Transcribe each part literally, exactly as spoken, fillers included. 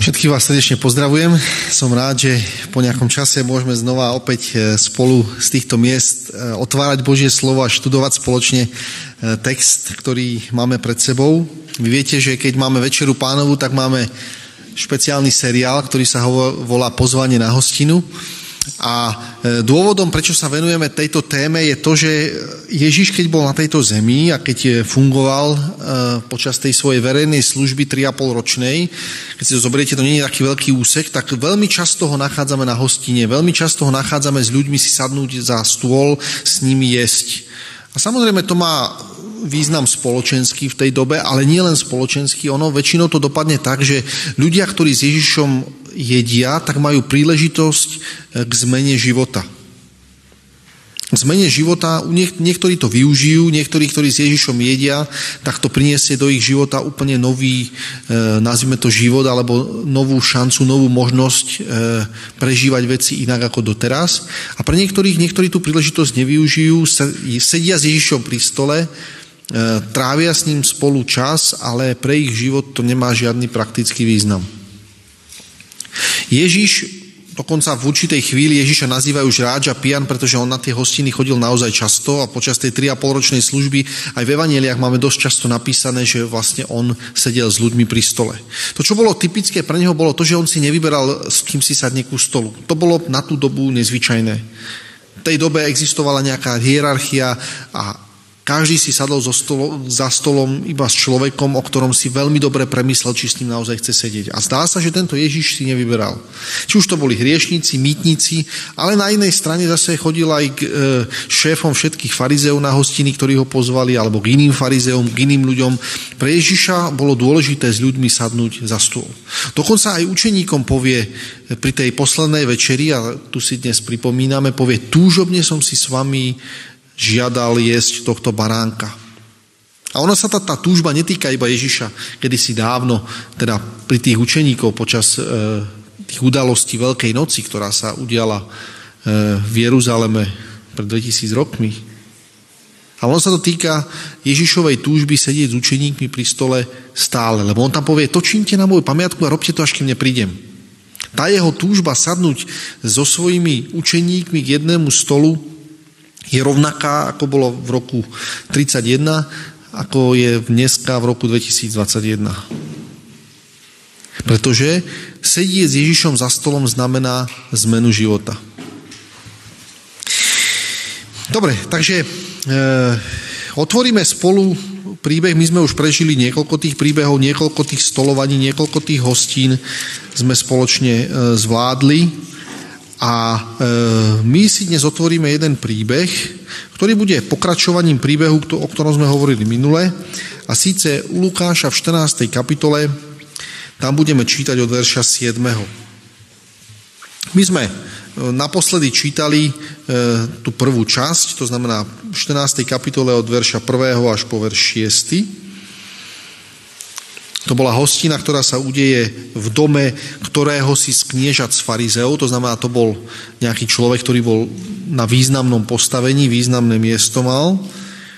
Všetkých vás srdečne pozdravujem. Som rád, že po nejakom čase môžeme znova opäť spolu z týchto miest otvárať Božie slovo a študovať spoločne text, ktorý máme pred sebou. Vy viete, že keď máme Večeru Pánovu, tak máme špeciálny seriál, ktorý sa volá Pozvanie na hostinu. A dôvodom, prečo sa venujeme tejto téme, je to, že Ježiš, keď bol na tejto zemi a keď fungoval počas tej svojej verejnej služby tri a pol ročnej, keď si to zoberiete, to nie je taký veľký úsek, tak veľmi často ho nachádzame na hostine, veľmi často ho nachádzame s ľuďmi si sadnúť za stôl, s nimi jesť. A samozrejme to má význam spoločenský v tej dobe, ale nie len spoločenský, ono väčšinou to dopadne tak, že ľudia, ktorí s Ježišom jedia, tak majú príležitosť k zmene života. K zmene života, niek- niektorí to využijú, niektorí, ktorí s Ježišom jedia, tak to priniesie do ich života úplne nový, e, nazvime to život, alebo novú šancu, novú možnosť e, prežívať veci inak ako doteraz. A pre niektorých, niektorí tú príležitosť nevyužijú, sedia s Ježišom pri stole, e, trávia s ním spolu čas, ale pre ich život to nemá žiadny praktický význam. Ježiš, dokonca v určitej chvíli Ježiša nazývajú žráč a pijan, pretože on na tie hostiny chodil naozaj často a počas tej tri a pol ročnej služby aj v evanjeliách máme dosť často napísané, že vlastne on sedel s ľuďmi pri stole. To, čo bolo typické pre neho, bolo to, že on si nevyberal, s kým si sadne ku stolu. To bolo na tú dobu nezvyčajné. V tej dobe existovala nejaká hierarchia a každý si sadol zo stolo, za stolom iba s človekom, o ktorom si veľmi dobre premyslel, či s ním naozaj chce sedieť. A zdá sa, že tento Ježiš si nevyberal. Či už to boli hriešnici, mýtnici, ale na inej strane zase chodil aj k e, šéfom všetkých farizeov na hostiny, ktorí ho pozvali, alebo k iným farizeom, k iným ľuďom. Pre Ježiša bolo dôležité s ľuďmi sadnúť za stôl. Dokonca aj učeníkom povie pri tej poslednej večeri, a tu si dnes pripomíname, povie, túžobne som si s vami žiadal jesť tohto baránka. A ono sa tá, tá túžba netýka iba Ježiša, kedysi dávno, teda pri tých učeníkov počas e, tých udalostí Veľkej noci, ktorá sa udiala e, v Jeruzaleme pred dvetisíc rokmi. A ono sa to týka Ježišovej túžby sedieť s učeníkmi pri stole stále, lebo on tam povie, točíte na moju pamiatku a robte to, až kým neprídem. Tá jeho túžba sadnúť so svojimi učeníkmi k jednému stolu je rovnaká, ako bolo v roku tridsaťjeden, ako je dneska v roku dvetisícdvadsaťjeden. Pretože sedieť s Ježišom za stolom znamená zmenu života. Dobre, takže e, otvoríme spolu príbeh. My sme už prežili niekoľko tých príbehov, niekoľko tých stolovaní, niekoľko tých hostín sme spoločne e, zvládli. A e, my si dnes otvoríme jeden príbeh, ktorý bude pokračovaním príbehu, o ktorom sme hovorili minule. A síce u Lukáša v štrnástej kapitole, tam budeme čítať od verša siedmeho. My sme naposledy čítali e, tú prvú časť, to znamená v štrnástej kapitole od verša prvého až po verš šiesty. To bola hostina, ktorá sa udeje v dome, ktorého si z kniežat z farizeov, to znamená, to bol nejaký človek, ktorý bol na významnom postavení, významné miesto mal. E,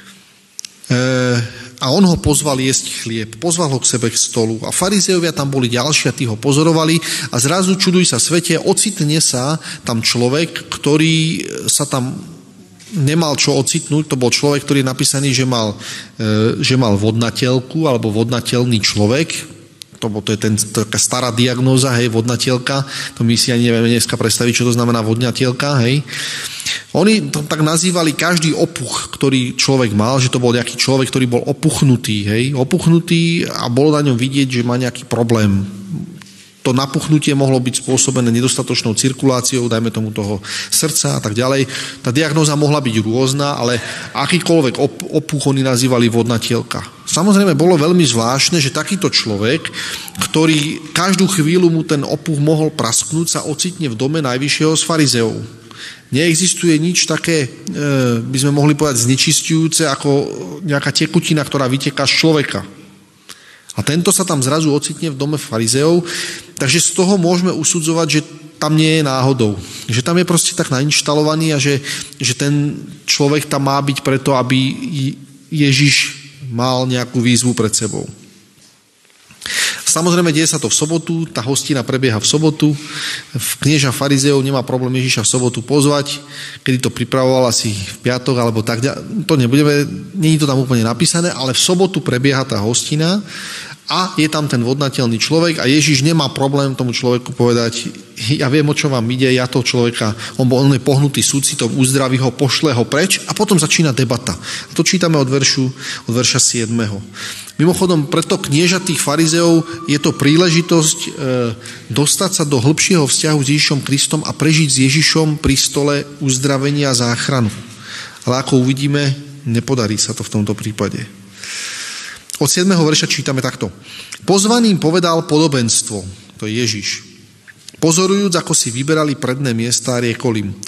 a on ho pozval jesť chlieb, pozval ho k sebe k stolu. A farizeovia tam boli ďalší a tí ho pozorovali a zrazu, čuduj sa svete, ocitne sa tam človek, ktorý sa tam nemal čo ocitnúť, to bol človek, ktorý je napísaný, že mal, že mal vodnateľku alebo vodnateľný človek. To, to je ten, taká stará diagnóza, hej, vodnateľka. To my si ani nevieme dneska predstaviť, čo to znamená vodnateľka, hej. Oni to tak nazývali každý opuch, ktorý človek mal, že to bol nejaký človek, ktorý bol opuchnutý, hej, opuchnutý a bolo na ňom vidieť, že má nejaký problém. To napuchnutie mohlo byť spôsobené nedostatočnou cirkuláciou, dajme tomu toho srdca a tak ďalej. Tá diagnóza mohla byť rôzna, ale akýkoľvek opuch oni nazývali vodnateľka. Samozrejme, bolo veľmi zvláštne, že takýto človek, ktorý každú chvíľu mu ten opuch mohol prasknúť, sa ocitne v dome najvyššieho z farizeov. Neexistuje nič také, by sme mohli povedať, znečisťujúce ako nejaká tekutina, ktorá vyteká z človeka. A tento sa tam zrazu ocitne v dome farizeov, takže z toho môžeme usudzovať, že tam nie je náhodou. Že tam je proste tak nainštalovaný a že, že ten človek tam má byť preto, aby Ježiš mal nejakú výzvu pred sebou. Samozrejme, deje sa to v sobotu, tá hostina prebieha v sobotu. Knieža farizeov nemá problém Ježiša v sobotu pozvať, kedy to pripravoval asi v piatok alebo tak. To nebudeme, nie je to tam úplne napísané, ale v sobotu prebieha tá hostina a je tam ten vodnateľný človek a Ježiš nemá problém tomu človeku povedať, ja viem, o čo vám ide, ja toho človeka, on, bol, on je pohnutý súcitom, uzdraví ho, pošle ho preč a potom začína debata. A to čítame od, veršu, od verša siedmeho. Mimochodom, preto knieža tých farizeov je to príležitosť e, dostať sa do hĺbšieho vzťahu s Ježišom Kristom a prežiť s Ježišom pri stole uzdravenia a záchranu. Ale ako uvidíme, nepodarí sa to v tomto prípade. Od siedmeho verša čítame takto. Pozvaným povedal podobenstvo, to je Ježiš. Pozorujúc, ako si vyberali predné miesta, riekol im.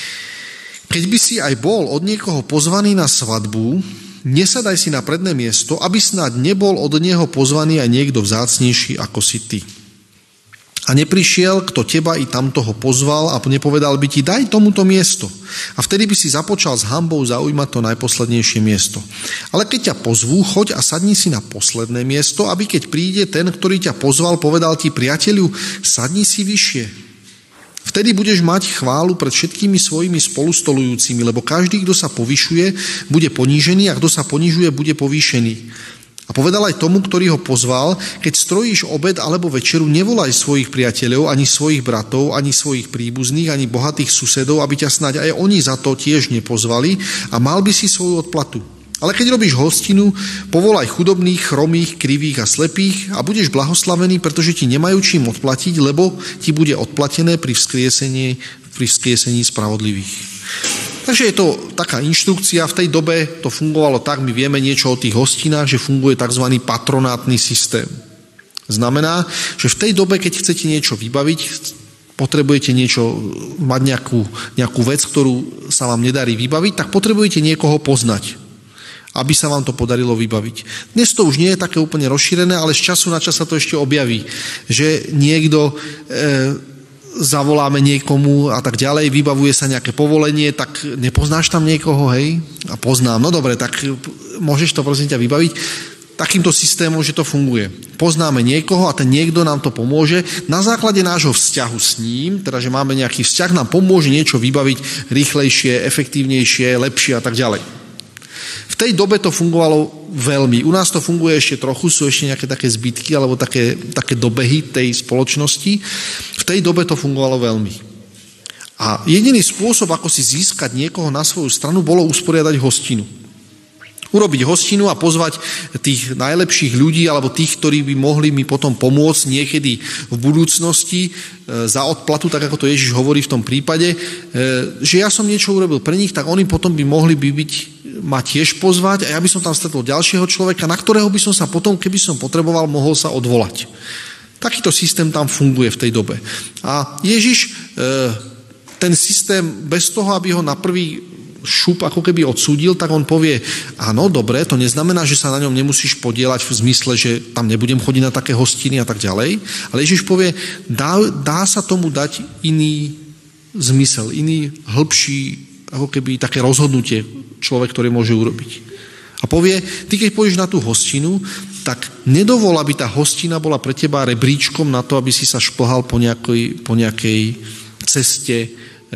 Keď by si aj bol od niekoho pozvaný na svadbu, nesadaj si na predné miesto, aby snáď nebol od neho pozvaný aj niekto vzácnejší ako si ty. A neprišiel, kto teba i tamtoho pozval a nepovedal by ti, daj tomuto miesto. A vtedy by si započal s hanbou zaujímať to najposlednejšie miesto. Ale keď ťa pozvú, choď a sadni si na posledné miesto, aby keď príde ten, ktorý ťa pozval, povedal ti, priateľu, sadni si vyššie. Vtedy budeš mať chválu pred všetkými svojimi spolustolujúcimi, lebo každý, kto sa povyšuje, bude ponížený a kto sa ponižuje, bude povýšený. A povedal aj tomu, ktorý ho pozval, keď strojíš obed alebo večeru, nevolaj svojich priateľov, ani svojich bratov, ani svojich príbuzných, ani bohatých susedov, aby ťa snáď aj oni za to tiež nepozvali a mal by si svoju odplatu. Ale keď robíš hostinu, povolaj chudobných, chromých, krivých a slepých a budeš blahoslavený, pretože ti nemajú čím odplatiť, lebo ti bude odplatené pri vzkriesení, pri vzkriesení spravodlivých. Takže je to taká inštrukcia, v tej dobe to fungovalo tak, my vieme niečo o tých hostinách, že funguje tzv. Patronátny systém. Znamená, že v tej dobe, keď chcete niečo vybaviť, potrebujete niečo, mať nejakú, nejakú vec, ktorú sa vám nedarí vybaviť, tak potrebujete niekoho poznať, aby sa vám to podarilo vybaviť. Dnes to už nie je také úplne rozšírené, ale z času na čas sa to ešte objaví, že niekto... E, zavoláme niekomu a tak ďalej, vybavuje sa nejaké povolenie, tak nepoznáš tam niekoho, hej? A poznám, no dobre, tak môžeš to prosím ťa vybaviť. Takýmto systémom, že to funguje. Poznáme niekoho a ten niekto nám to pomôže. Na základe nášho vzťahu s ním, teda že máme nejaký vzťah, nám pomôže niečo vybaviť rýchlejšie, efektívnejšie, lepšie a tak ďalej. V tej dobe to fungovalo veľmi. U nás to funguje ešte trochu, sú ešte nejaké také zbytky alebo také, také dobehy tej spoločnosti. V tej dobe to fungovalo veľmi. A jediný spôsob, ako si získať niekoho na svoju stranu, bolo usporiadať hostinu. Urobiť hostinu a pozvať tých najlepších ľudí alebo tých, ktorí by mohli mi potom pomôcť niekedy v budúcnosti za odplatu, tak ako to Ježiš hovorí v tom prípade, že ja som niečo urobil pre nich, tak oni potom by mohli by byť, ma tiež pozvať a ja by som tam stretol ďalšieho človeka, na ktorého by som sa potom, keby som potreboval, mohol sa odvolať. Takýto systém tam funguje v tej dobe. A Ježiš ten systém bez toho, aby ho na prvý šup ako keby odsúdil, tak on povie, áno, dobre, to neznamená, že sa na ňom nemusíš podieľať v zmysle, že tam nebudem chodiť na také hostiny a tak ďalej, ale Ježiš povie, dá, dá sa tomu dať iný zmysel, iný hĺbší, ako keby také rozhodnutie človek, ktoré môže urobiť. A povie, ty keď pôjdeš na tú hostinu, tak nedovol, aby tá hostina bola pre teba rebríčkom na to, aby si sa šplhal po nejakej, po nejakej ceste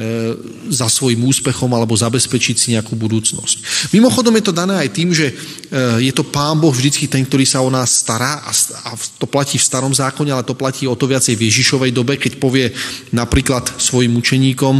za svojím úspechom alebo zabezpečiť si nejakú budúcnosť. Mimochodom je to dané aj tým, že je to Pán Boh vždycky ten, ktorý sa o nás stará a to platí v starom zákone, ale to platí o to viacej v Ježišovej dobe, keď povie napríklad svojim učeníkom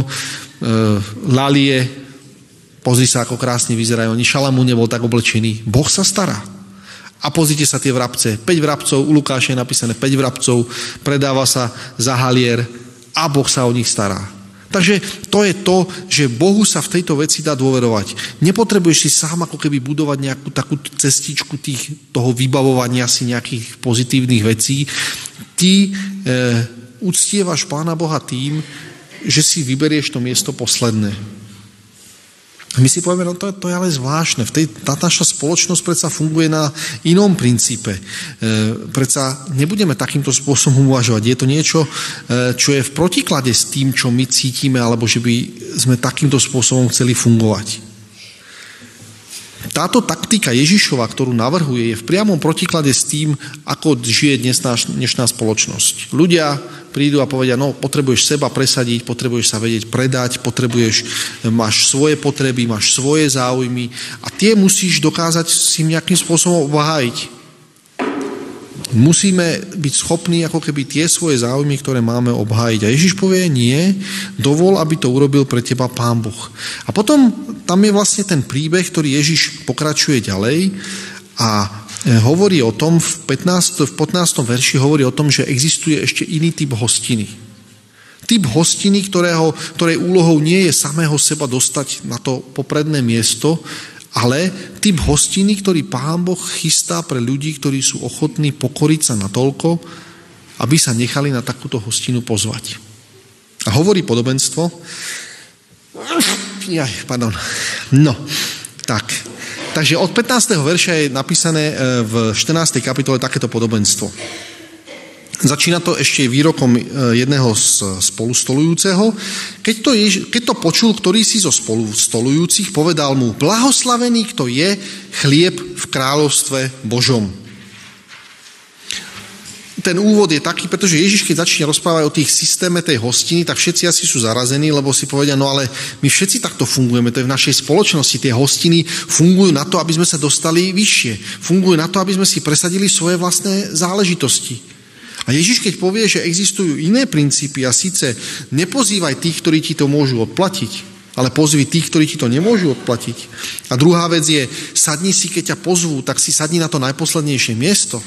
Lalie, pozri sa, ako krásne vyzerajú, ani Šalamún nebol tak oblečený. Boh sa stará. A pozrite sa tie vrabce. päť vrabcov, u Lukáša je napísané päť vrabcov, predáva sa za halier a Boh sa o nich stará. Takže to je to, že Bohu sa v tejto veci dá dôverovať. Nepotrebuješ si sám ako keby budovať nejakú takú cestičku tých, toho vybavovania si nejakých pozitívnych vecí. Ty e, uctievaš Pána Boha tým, že si vyberieš to miesto posledné. My si povieme, no to, to je ale zvláštne. V tej, tá naša spoločnosť predsa funguje na inom princípe. E, predsa nebudeme takýmto spôsobom uvažovať. Je to niečo, e, čo je v protiklade s tým, čo my cítime, alebo že by sme takýmto spôsobom chceli fungovať. Táto taktika Ježišova, ktorú navrhuje, je v priamom protiklade s tým, ako žije dnesná, dnešná spoločnosť. Ľudia prídu a povedia, no potrebuješ seba presadiť, potrebuješ sa vedieť predať, potrebuješ, máš svoje potreby, máš svoje záujmy a tie musíš dokázať si nejakým spôsobom obhájiť. Musíme byť schopní ako keby tie svoje záujmy, ktoré máme, obhájiť. A Ježiš povie, nie, dovol, aby to urobil pre teba Pán Boh. A potom tam je vlastne ten príbeh, ktorý Ježiš pokračuje ďalej a hovorí o tom, v pätnástom, v pätnástom verši hovorí o tom, že existuje ešte iný typ hostiny. Typ hostiny, ktorého, ktorej úlohou nie je samého seba dostať na to popredné miesto, ale typ hostiny, ktorý Pán Boh chystá pre ľudí, ktorí sú ochotní pokoriť sa natoľko, aby sa nechali na takúto hostinu pozvať. A hovorí podobenstvo. Jaj, pardon. No, tak. Takže od pätnásteho verša je napísané v štrnástej kapitole takéto podobenstvo. Začína to ešte výrokom jedného z spolustolujúceho. Keď to, je, keď to počul, ktorý si zo spolustolujúcich, povedal mu, blahoslavený, kto je chlieb v kráľovstve Božom. Ten úvod je taký, pretože Ježiš, keď začne rozprávať o tých systéme tej hostiny, tak všetci asi sú zarazení, lebo si povedia, no ale my všetci takto fungujeme, to je v našej spoločnosti, tie hostiny fungujú na to, aby sme sa dostali vyššie, fungujú na to, aby sme si presadili svoje vlastné záležitosti. A Ježiš, keď povie, že existujú iné princípy a síce nepozývaj tých, ktorí ti to môžu odplatiť, ale pozvi tých, ktorí ti to nemôžu odplatiť. A druhá vec je, sadni si, keď ťa pozvú, tak si sadni na to najposlednejšie miesto.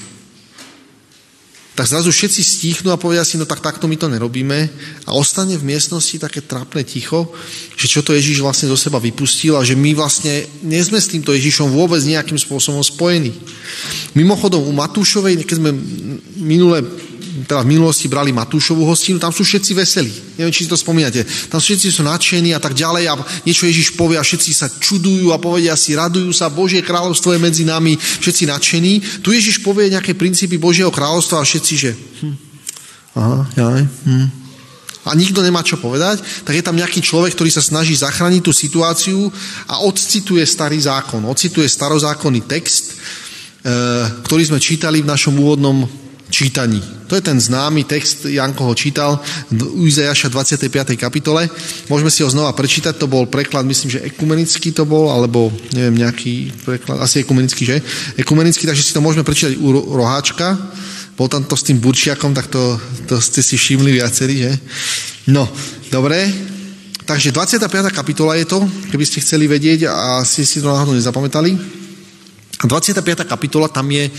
Tak zrazu všetci stíchnú a povedia si, no tak takto my to nerobíme a ostane v miestnosti také trápne ticho, že čo to Ježiš vlastne zo seba vypustil a že my vlastne nie sme s týmto Ježišom vôbec nejakým spôsobom spojení. Mimochodom u Matúšovej, keď sme minule, teda v minulosti brali Matúšovú hostinu, tam sú všetci veselí. Neviem, či si to spomínate. Tam všetci sú nadšení a tak ďalej a niečo Ježiš povie a všetci sa čudujú a povedia si, radujú sa, Božie kráľovstvo je medzi nami, všetci nadšení. Tu Ježiš povie nejaké princípy Božieho kráľovstva a všetci, že hm, aha, jaj, hm. A nikto nemá čo povedať, tak je tam nejaký človek, ktorý sa snaží zachrániť tú situáciu a odcituje starý zákon, odcituje starozákonný text, ktorý sme čítali v našom úvodnom čítaní. To je ten známy text, Janko ho čítal v Izaiáša dvadsiatej piatej kapitole. Môžeme si ho znova prečítať, to bol preklad, myslím, že ekumenický to bol, alebo neviem, nejaký preklad, asi ekumenický, že? Ekumenický, takže si to môžeme prečítať u Roháčka. Bol tam to s tým burčiakom, tak to, to ste si všimli viacerí, že? No, dobre. Takže dvadsiata piata kapitola je to, keby ste chceli vedieť a ste si to náhodou nezapamätali. A dvadsiata piata kapitola, tam je e,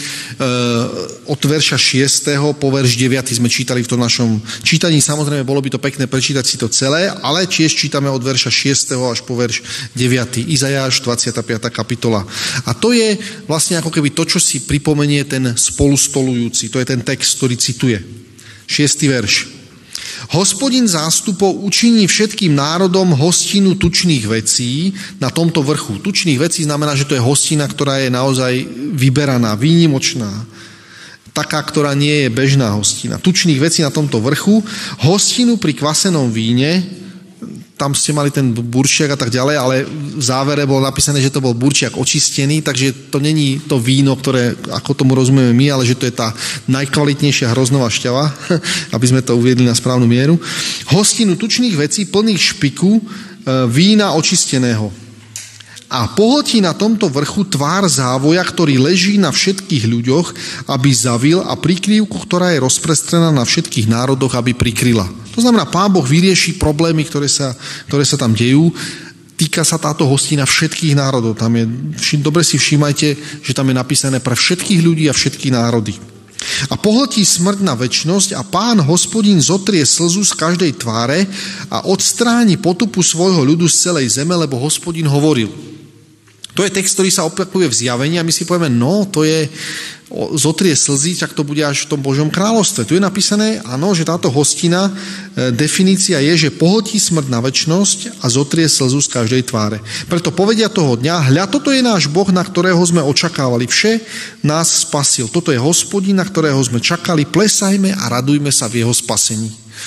od verša šiesteho po verš deviaty sme čítali v tom našom čítaní. Samozrejme, bolo by to pekné prečítať si to celé, ale tiež čítame od verša šiesteho až po verš deviaty. Izajáš, dvadsiata piata kapitola. A to je vlastne ako keby to, čo si pripomenie ten spolustolujúci. To je ten text, ktorý cituje. Šiestý verš. Hospodin zástupov učiní všetkým národom hostinu tučných vecí na tomto vrchu. Tučných vecí znamená, že to je hostina, ktorá je naozaj vyberaná, výnimočná. Taká, ktorá nie je bežná hostina. Tučných vecí na tomto vrchu. Hostinu pri kvasenom víne, tam ste mali ten burčiak a tak ďalej, ale v závere bolo napísané, že to bol burčiak očistený, takže to není to víno, ktoré, ako tomu rozumieme my, ale že to je tá najkvalitnejšia hroznová šťava, aby sme to uviedli na správnu mieru. Hostinu tučných vecí plných špiku, vína očisteného. A pohltí na tomto vrchu tvár závoja, ktorý leží na všetkých ľuďoch, aby zavil a prikrývku, ktorá je rozprestrená na všetkých národoch, aby prikryla. To znamená, Pán Boh vyrieši problémy, ktoré sa, ktoré sa tam dejú. Týka sa táto hostina všetkých národov. Tam je, dobre si všímajte, že tam je napísané pre všetkých ľudí a všetky národy. A pohltí smrť na večnosť a Pán Hospodin zotrie slzu z každej tváre a odstráni potupu svojho ľudu z celej zeme, lebo Hospodin hovoril. To je text, ktorý sa opakuje v Zjavení a my si povieme, no, to je zotrie slzy, tak to bude až v tom Božom kráľovstve. Tu je napísané, áno, že táto hostina, e, definícia je, že pohltí smrť na večnosť a zotrie slzu z každej tváre. Preto povedia toho dňa, hľa, toto je náš Boh, na ktorého sme očakávali. Vše nás spasil. Toto je Hospodin, na ktorého sme čakali. Plesajme a radujme sa v jeho spasení.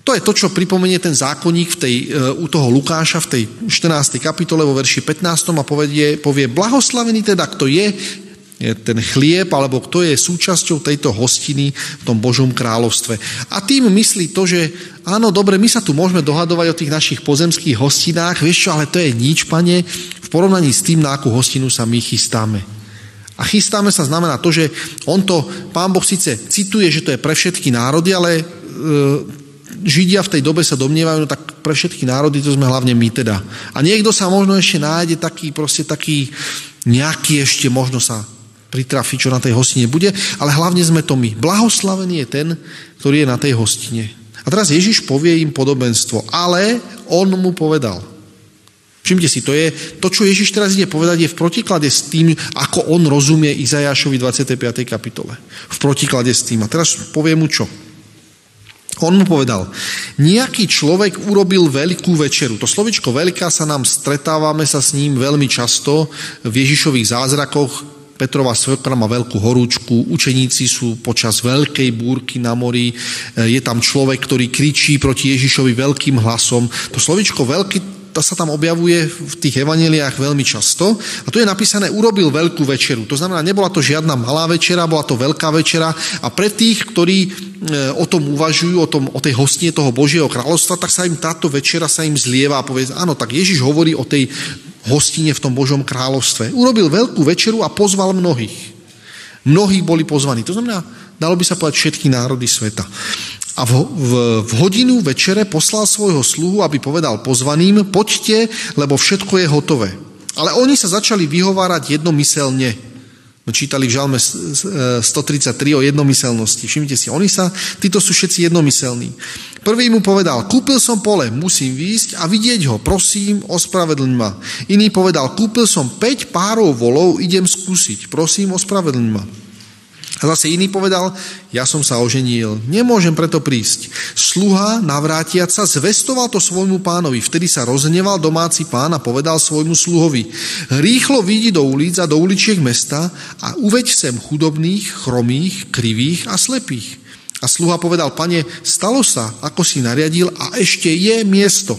To je to, čo pripomenie ten zákonník v tej, u toho Lukáša v tej štrnástej kapitole vo verši pätnástom a povie, povie blahoslavený teda, kto je ten chlieb, alebo kto je súčasťou tejto hostiny v tom Božom kráľovstve. A tým myslí to, že áno, dobre, my sa tu môžeme dohadovať o tých našich pozemských hostinách, vieš čo, ale to je nič, Pane, v porovnaní s tým, na akú hostinu sa my chystáme. A chystáme sa znamená to, že on to, Pán Boh síce cituje, že to je pre všetky národy, ale e, Židia v tej dobe sa domnievajú, no tak pre všetky národy to sme hlavne my teda. A niekto sa možno ešte nájde taký, proste taký nejaký ešte možno sa pritrafi, čo na tej hostine bude, ale hlavne sme to my. Blahoslavený je ten, ktorý je na tej hostine. A teraz Ježiš povie im podobenstvo, ale on mu povedal. Všimte si, to je, to, čo Ježiš teraz ide povedať, je v protiklade s tým, ako on rozumie Izajášovi dvadsiatej piatej kapitole. V protiklade s tým. A teraz povie mu čo? On mu povedal, nejaký človek urobil veľkú večeru. To slovičko veľká sa nám stretávame sa s ním veľmi často v Ježišových zázrakoch. Petrova svokra má veľkú horúčku, učeníci sú počas veľkej búrky na mori, je tam človek, ktorý kričí proti Ježišovi veľkým hlasom. To slovičko veľký, to sa tam objavuje v tých evanjeliách veľmi často. A tu je napísané, urobil veľkú večeru. To znamená, nebola to žiadna malá večera, bola to veľká večera. A pre tých, ktorí o tom uvažujú, o, tom, o tej hostine toho Božieho kráľovstva, tak sa im táto večera sa im zlieva a povie, áno, tak Ježiš hovorí o tej hostine v tom Božom kráľovstve. Urobil veľkú večeru a pozval mnohých. Mnohí boli pozvaní. To znamená, dalo by sa povedať všetky národy sveta. A v, v, v hodinu večere poslal svojho sluhu, aby povedal pozvaným, poďte, lebo všetko je hotové. Ale oni sa začali vyhovárať jednomyselne. Čítali v Žalme stotridsaťtri o jednomyselnosti. Všimnite si, oni sa, títo sú všetci jednomyselní. Prvý mu povedal, kúpil som pole, musím výjsť a vidieť ho, prosím, ospravedlň ma. Iný povedal, kúpil som päť párov volov, idem skúsiť, prosím, ospravedlň ma. A zase iný povedal, ja som sa oženil, nemôžem preto prísť. Sluha, navrátiac sa, zvestoval to svojmu pánovi. Vtedy sa rozhneval domáci pán a povedal svojmu sluhovi, rýchlo vyjdi do ulic a do uličiek mesta a uveď sem chudobných, chromých, krivých a slepých. A sluha povedal, pane, stalo sa, ako si nariadil a ešte je miesto.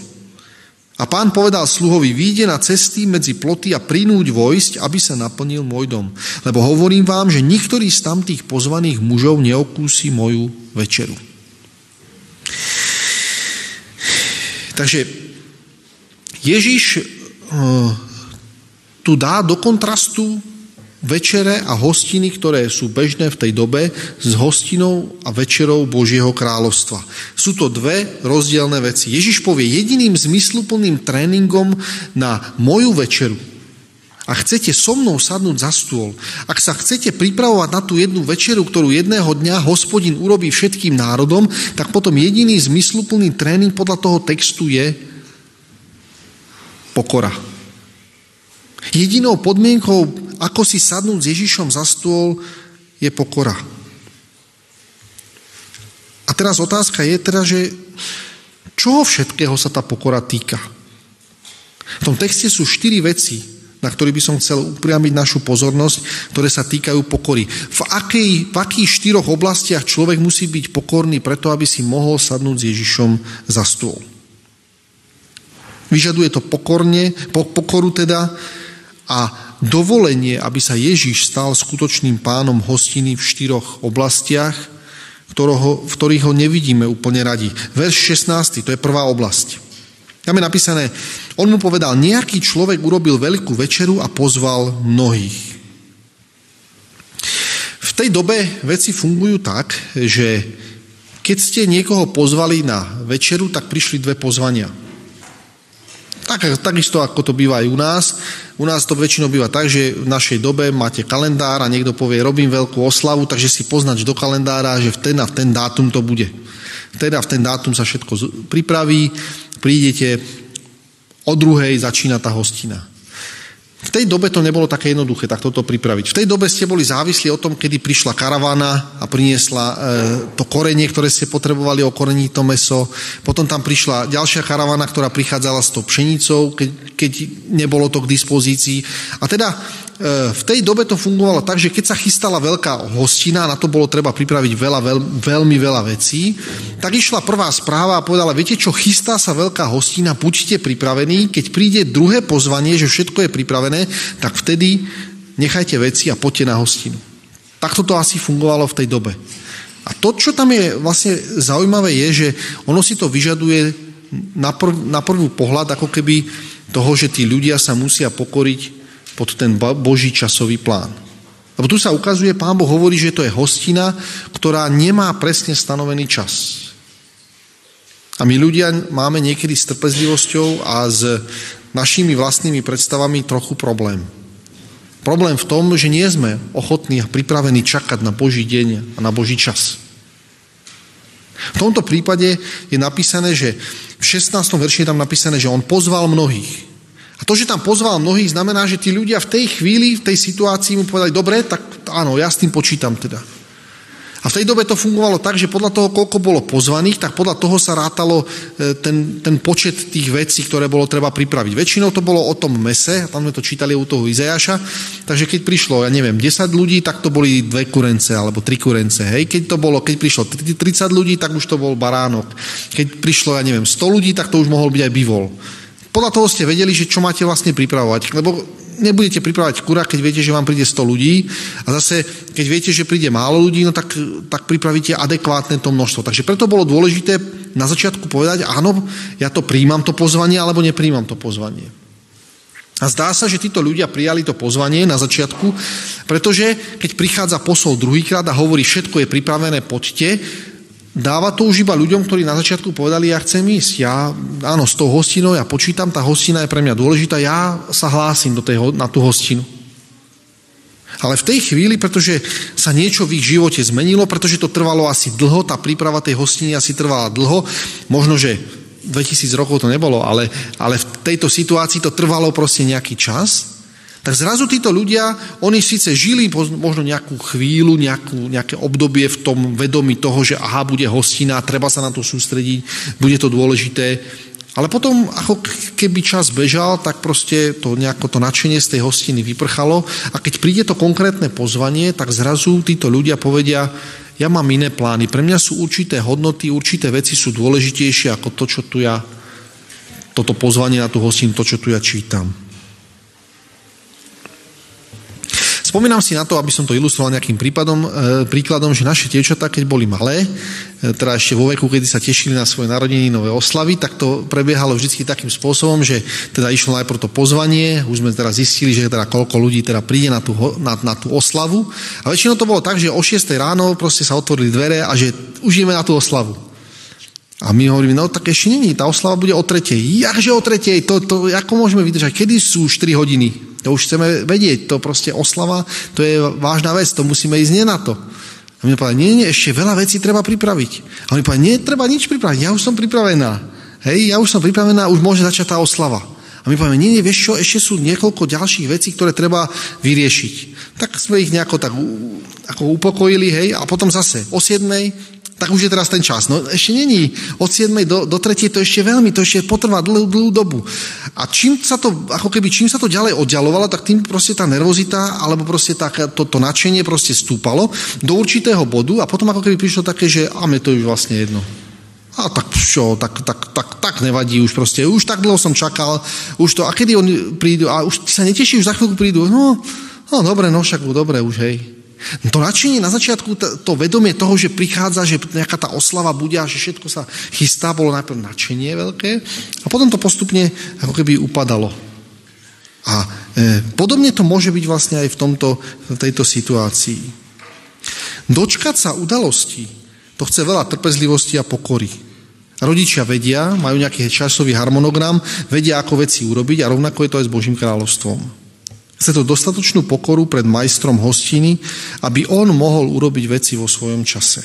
A pán povedal sluhovi, výjde na cesty medzi ploty a prinúť vojsť, aby sa naplnil môj dom. Lebo hovorím vám, že niktorý z tamtých pozvaných mužov neokúsi moju večeru. Takže Ježiš tu dá do kontrastu večere a hostiny, ktoré sú bežné v tej dobe, s hostinou a večerou Božieho kráľovstva. Sú to dve rozdielne veci. Ježiš povie, jediným zmysluplným tréningom na moju večeru, a chcete so mnou sadnúť za stôl, ak sa chcete pripravovať na tú jednu večeru, ktorú jedného dňa Hospodin urobí všetkým národom, tak potom jediný zmysluplný tréning podľa toho textu je pokora. Jedinou podmienkou, ako si sadnúť s Ježišom za stôl, je pokora. A teraz otázka je teda, že čoho všetkého sa tá pokora týka? V tom texte sú štyri veci, na ktoré by som chcel upriamiť našu pozornosť, ktoré sa týkajú pokory. V, akej, v akých štyroch oblastiach človek musí byť pokorný preto, aby si mohol sadnúť s Ježišom za stôl? Vyžaduje to pokorne, pokoru teda, a dovolenie, aby sa Ježiš stal skutočným pánom hostiny v štyroch oblastiach, ktorého, v ktorých ho nevidíme úplne radi. Verš šestnásty, to je prvá oblasť. Tam je napísané, on mu povedal, nejaký človek urobil veľkú večeru a pozval mnohých. V tej dobe veci fungujú tak, že keď ste niekoho pozvali na večeru, tak prišli dve pozvania. Tak, takisto ako to býva aj u nás. U nás to väčšinou býva tak, že v našej dobe máte kalendár a niekto povie, robím veľkú oslavu, takže si poznač do kalendára, že v ten a v ten dátum to bude. Vtedy a v ten dátum sa všetko pripraví, prídete, o druhej začína tá hostina. V tej dobe to nebolo také jednoduché, tak toto pripraviť. V tej dobe ste boli závislí o tom, kedy prišla karavána a priniesla e, to korenie, ktoré ste potrebovali okoreniť to mäso. Potom tam prišla ďalšia karavána, ktorá prichádzala s tou pšenicou, keď, keď nebolo to k dispozícii. A teda e, v tej dobe to fungovalo tak, že keď sa chystala veľká hostina, na to bolo treba pripraviť veľa, veľ, veľmi veľa vecí, tak išla prvá správa a povedala, viete čo, chystá sa veľká hostina, buďte pripravení, keď príde druhé pozvanie, že všetko je pripravené, tak vtedy nechajte veci a poďte na hostinu. Takto to asi fungovalo v tej dobe. A to, čo tam je vlastne zaujímavé, je, že ono si to vyžaduje na, prv, na prvý pohľad ako keby toho, že tí ľudia sa musia pokoriť pod ten Boží časový plán. Lebo tu sa ukazuje, Pán Boh hovorí, že to je hostina, ktorá nemá presne stanovený čas. A my ľudia máme niekedy s trpezlivosťou a s našimi vlastnými predstavami trochu problém. Problém v tom, že nie sme ochotní a pripravení čakať na Boží deň a na Boží čas. V tomto prípade je napísané, že v šestnástom verši je tam napísané, že on pozval mnohých. A to, že tam pozval mnohých, znamená, že tí ľudia v tej chvíli, v tej situácii mu povedali, dobre, tak áno, ja s tým počítam teda. A v tej dobe to fungovalo tak, že podľa toho, koľko bolo pozvaných, tak podľa toho sa rátalo ten, ten počet tých vecí, ktoré bolo treba pripraviť. Väčšinou to bolo o tom mese, tam sme to čítali u toho Izajaša, takže keď prišlo, ja neviem, desať ľudí, tak to boli dve kurence alebo tri kurence. Hej? Keď to bolo, keď prišlo tridsať ľudí, tak už to bol baránok. Keď prišlo, ja neviem, sto ľudí, tak to už mohol byť aj bivol. Podľa toho ste vedeli, že čo máte vlastne pripravovať, lebo nebudete pripravať kura, keď viete, že vám príde sto ľudí a zase, keď viete, že príde málo ľudí, no tak, tak pripravíte adekvátne to množstvo. Takže preto bolo dôležité na začiatku povedať, áno, ja to príjmam to pozvanie, alebo nepríjmam to pozvanie. A zdá sa, že títo ľudia prijali to pozvanie na začiatku, pretože keď prichádza posol druhýkrát a hovorí, všetko je pripravené, poďte, dáva to už iba ľuďom, ktorí na začiatku povedali, ja chcem ísť, ja, áno, s tou hostinou, ja počítam, tá hostina je pre mňa dôležitá, ja sa hlásim do tej, na tú hostinu. Ale v tej chvíli, pretože sa niečo v ich živote zmenilo, pretože to trvalo asi dlho, tá príprava tej hostiny asi trvala dlho, možno, že dvetisíc rokov to nebolo, ale, ale v tejto situácii to trvalo proste nejaký čas, tak zrazu títo ľudia, oni síce žili možno nejakú chvíľu, nejakú, nejaké obdobie v tom vedomí toho, že aha, bude hostina, treba sa na to sústrediť, bude to dôležité, ale potom, ako keby čas bežal, tak proste to nejako to nadšenie z tej hostiny vyprchalo a keď príde to konkrétne pozvanie, tak zrazu títo ľudia povedia, ja mám iné plány, pre mňa sú určité hodnoty, určité veci sú dôležitejšie ako to, čo tu ja, toto pozvanie na tú hostinu, to, čo tu ja čítam. Spomínam si na to, aby som to ilustroval nejakým prípadom, e, príkladom, že naše dievčatá, keď boli malé, e, teda ešte vo veku, kedy sa tešili na svoje narodeninové oslavy, tak to prebiehalo vždy takým spôsobom, že teda išlo najprv to pozvanie, už sme teraz zistili, že teda koľko ľudí teda príde na tú, na, na tú oslavu a väčšinou to bolo tak, že o šiestej ráno proste sa otvorili dvere a že už ideme na tú oslavu. A my hovoríme, no tak ešte není, tá oslava bude o tretej. Jakže o tretej? To, to, ako môžeme vydržať? Kedy sú štyri hodiny? To už chceme vedieť, to proste oslava, to je vážna vec, to musíme ísť nie na to. A my povedali, nie, nie, ešte veľa vecí treba pripraviť. A oni povedali, nie, treba nič pripraviť, ja už som pripravená. Hej, ja už som pripravená, už môže začať tá oslava. A my povieme, nie, nie, vieš čo, ešte sú niekoľko ďalších vecí, ktoré treba vyriešiť. Tak sme ich nejako tak ako upokojili, hej, a potom zase o siedmej, tak už je teraz ten čas. No ešte není. Od siedmej do, do tretej to ešte veľmi, to ešte potrvá dlhú, dlhú dobu. A čím sa to, ako keby, čím sa to ďalej oddialovalo, tak tým proste tá nervozita, alebo proste tá, to, to nadšenie proste stúpalo do určitého bodu a potom ako keby prišlo také, že a mne to už vlastne jedno. A tak čo, tak, tak, tak, tak nevadí už proste. Už tak dlho som čakal, už to, a kedy oni prídu, a už sa neteší, už za chvíľku prídu. No, no dobre, no však, dobre už, hej. To nadšenie na začiatku, to vedomie toho, že prichádza, že nejaká tá oslava bude a že všetko sa chystá, bolo najprv nadšenie veľké a potom to postupne ako keby upadalo. A e, podobne to môže byť vlastne aj v, tomto, v tejto situácii. Dočkať sa udalostí, to chce veľa trpezlivosti a pokory. Rodičia vedia, majú nejaký časový harmonogram, vedia, ako veci urobiť a rovnako je to aj s Božím kráľovstvom. Chce to dostatočnú pokoru pred majstrom hostiny, aby on mohol urobiť veci vo svojom čase.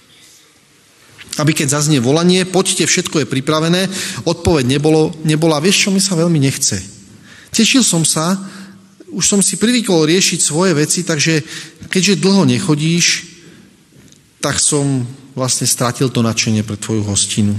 Aby keď zaznie volanie, poďte, všetko je pripravené, odpoveď nebolo, nebola, vieš čo, mi sa veľmi nechce. Tešil som sa, už som si privykol riešiť svoje veci, takže keďže dlho nechodíš, tak som vlastne strátil to nadšenie pre tvoju hostinu.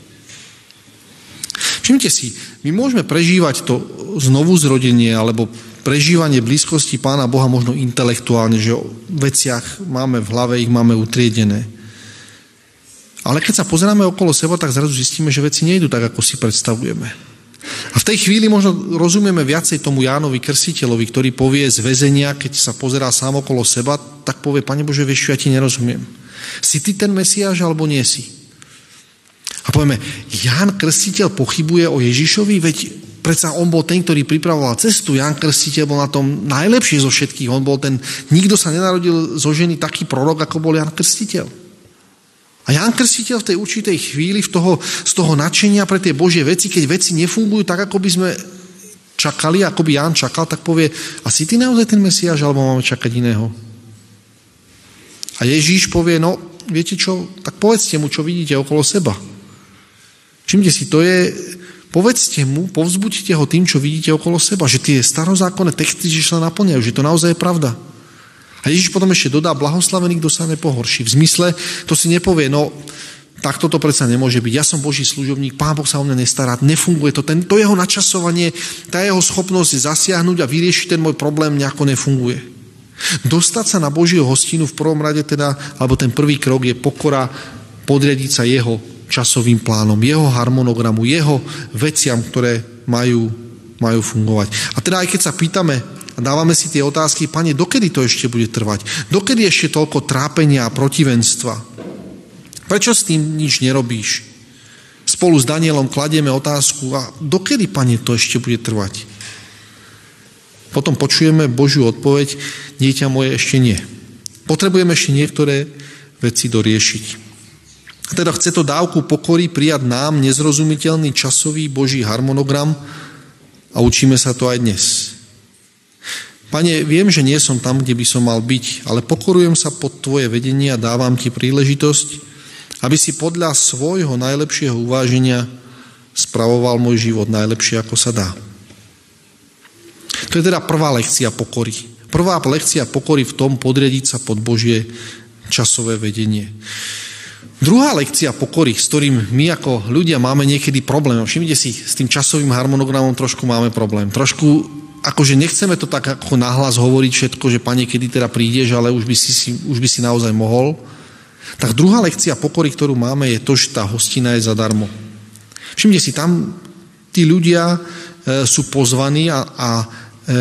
Všimnite si, my môžeme prežívať to znovu zrodenie alebo prežívanie blízkosti Pána Boha možno intelektuálne, že o veciach máme v hlave, ich máme utriedené. Ale keď sa pozeráme okolo seba, tak zrazu zistíme, že veci nejdu tak, ako si predstavujeme. A v tej chvíli možno rozumieme viacej tomu Jánovi Krstiteľovi, ktorý povie z väzenia, keď sa pozerá sám okolo seba, tak povie: Pane Bože, vieš čo, ja ti nerozumiem. Si ty ten Mesiáš, alebo nie si? A povieme, Ján Krstiteľ pochybuje o Ježišovi, veď predsa on bol ten, ktorý pripravoval cestu. Ján Krstiteľ bol na tom najlepšie zo všetkých. On bol ten, nikto sa nenarodil zo ženy taký prorok, ako bol Ján Krstiteľ. A Ján Krstiteľ v tej určitej chvíli, v toho, z toho nadšenia pre tie Božie veci, keď veci nefungujú tak, ako by sme čakali, ako by Ján čakal, tak povie: a si ty naozaj ten Mesiáš, alebo máme čakať iného? A Ježíš povie: no, viete čo, tak povedzte mu, čo vidíte okolo seba. Všimte si, to je, povedzte mu, povzbuďte ho tým, čo vidíte okolo seba, že tie starozákonné texty, že sa naplňajú, že to naozaj je pravda. A Ježiš potom ešte dodá: blahoslavený, kto sa nepohorší. V zmysle, to si nepovie: no, tak toto predsa nemôže byť. Ja som Boží služobník, Pán Boh sa o mňa nestará, nefunguje to. Ten, to jeho načasovanie, tá jeho schopnosť zasiahnuť a vyriešiť ten môj problém nejako nefunguje. Dostať sa na Božiu hostinu v prvom rade teda, alebo ten prvý krok je pokora, podriadiť sa jeho časovým plánom, jeho harmonogramu, jeho veciam, ktoré majú, majú fungovať. A teda aj keď sa pýtame a dávame si tie otázky: Pane, dokedy to ešte bude trvať? Dokedy ešte toľko trápenia a protivenstva? Prečo s tým nič nerobíš? Spolu s Danielom kladieme otázku: a dokedy, Pane, to ešte bude trvať? Potom počujeme Božiu odpoveď: dieťa moje, ešte nie. Potrebujeme ešte niektoré veci doriešiť. Teda chce to dávku pokory prijať nám nezrozumiteľný časový Boží harmonogram a učíme sa to aj dnes. Pane, viem, že nie som tam, kde by som mal byť, ale pokorujem sa pod Tvoje vedenie a dávam Ti príležitosť, aby si podľa svojho najlepšieho uváženia spravoval môj život najlepšie, ako sa dá. To je teda prvá lekcia pokory. Prvá lekcia pokory v tom podriadiť sa pod Božie časové vedenie. Druhá lekcia pokory, s ktorým my ako ľudia máme niekedy problém. Všimnite si, s tým časovým harmonogramom trošku máme problém. Trošku, akože nechceme to tak ako nahlas hovoriť všetko, že Pane, kedy teda prídeš, ale už by si, už by si naozaj mohol. Tak druhá lekcia pokory, ktorú máme, je to, že tá hostina je zadarmo. Všimnite si, tam tí ľudia e, sú pozvaní a, a e,